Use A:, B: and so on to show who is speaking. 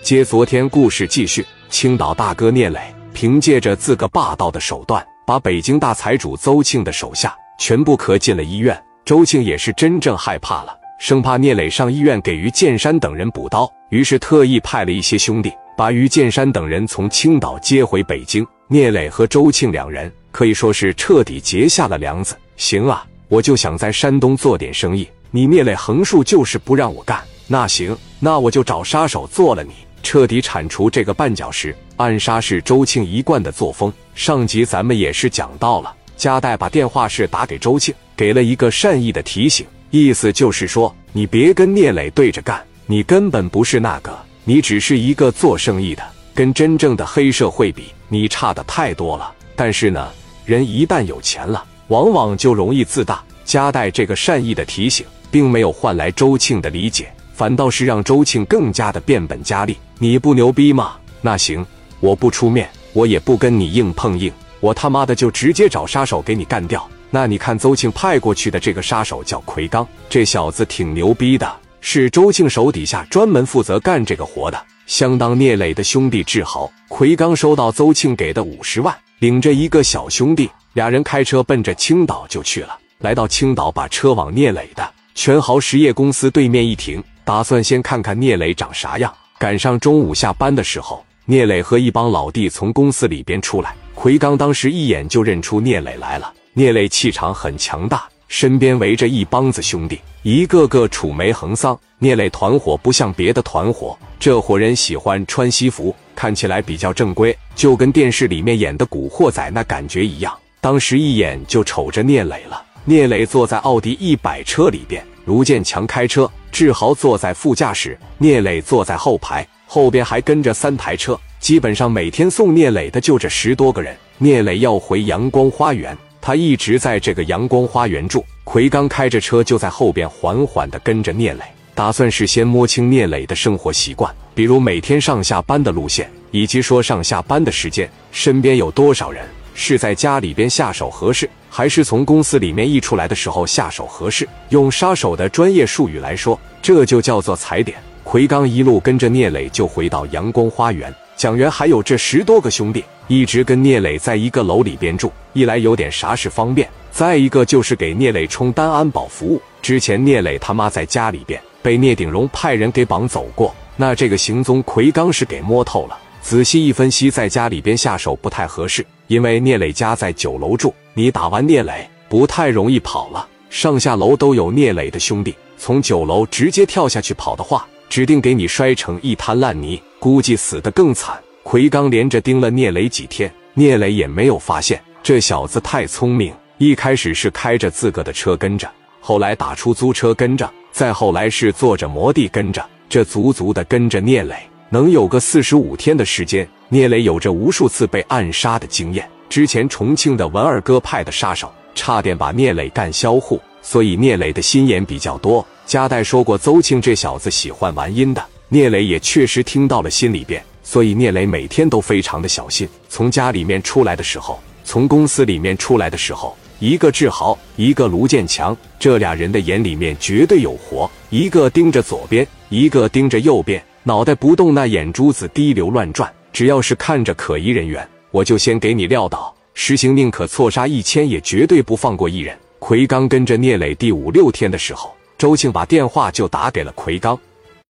A: 接昨天故事继续，青岛大哥聂磊凭借着自个霸道的手段，把北京大财主邹庆的手下全部磕进了医院。周庆也是真正害怕了，生怕聂磊上医院给于建山等人补刀，于是特意派了一些兄弟把于建山等人从青岛接回北京。聂磊和周庆两人可以说是彻底结下了梁子。行啊，我就想在山东做点生意，你聂磊横竖就是不让我干。那行，那我就找杀手做了你，彻底铲除这个绊脚石。暗杀是周庆一贯的作风，上集咱们也是讲到了，加代把电话是打给周庆，给了一个善意的提醒，意思就是说，你别跟聂磊对着干，你根本不是那个，你只是一个做生意的，跟真正的黑社会比，你差的太多了。但是呢，人一旦有钱了，往往就容易自大。加代这个善意的提醒，并没有换来周庆的理解，反倒是让周庆更加的变本加厉。你不牛逼吗？那行，我不出面，我也不跟你硬碰硬，我他妈的就直接找杀手给你干掉。那你看邹庆派过去的这个杀手叫奎刚，这小子挺牛逼的，是周庆手底下专门负责干这个活的，相当聂磊的兄弟志豪。奎刚收到邹庆给的50万，领着一个小兄弟，俩人开车奔着青岛就去了。来到青岛，把车往聂磊的全豪实业公司对面一停，打算先看看聂磊长啥样。赶上中午下班的时候，聂磊和一帮老弟从公司里边出来，奎刚当时一眼就认出聂磊来了。聂磊气场很强大，身边围着一帮子兄弟，一个个楚眉横桑。聂磊团伙不像别的团伙，这伙人喜欢穿西服，看起来比较正规，就跟电视里面演的古惑仔那感觉一样。当时一眼就瞅着聂磊了。聂磊坐在奥迪100车里边，卢建强开车，志豪坐在副驾驶，聂磊坐在后排，后边还跟着3台车。基本上每天送聂磊的就这10多个人。聂磊要回阳光花园，他一直在这个阳光花园住。奎刚开着车就在后边缓缓地跟着聂磊，打算是先摸清聂磊的生活习惯，比如每天上下班的路线，以及说上下班的时间，身边有多少人，是在家里边下手合适，还是从公司里面一出来的时候下手合适。用杀手的专业术语来说，这就叫做踩点。奎刚一路跟着聂磊就回到阳光花园，蒋元还有这10多个兄弟一直跟聂磊在一个楼里边住，一来有点啥事方便，再一个就是给聂磊充当安保服务。之前聂磊他妈在家里边被聂鼎荣派人给绑走过，那这个行踪奎刚是给摸透了。仔细一分析，在家里边下手不太合适，因为聂磊家在9楼住，你打完聂磊不太容易跑了，上下楼都有聂磊的兄弟，从9楼直接跳下去跑的话，指定给你摔成一滩烂泥，估计死得更惨。奎刚连着盯了聂磊几天，聂磊也没有发现，这小子太聪明，一开始是开着自个的车跟着，后来打出租车跟着，再后来是坐着摩的跟着，这足足的跟着聂磊能有个45天的时间。聂磊有着无数次被暗杀的经验，之前重庆的文二哥派的杀手差点把聂磊干销户，所以聂磊的心眼比较多。加代说过邹庆这小子喜欢玩阴的，聂磊也确实听到了心里边，所以聂磊每天都非常的小心。从家里面出来的时候，从公司里面出来的时候，一个志豪，一个卢建强，这俩人的眼里面绝对有活，一个盯着左边，一个盯着右边，脑袋不动，那眼珠子滴溜乱转，只要是看着可疑人员，我就先给你撂倒，实行宁可错杀1000，也绝对不放过一人。奎刚跟着聂磊第5、6天的时候，周庆把电话就打给了奎刚，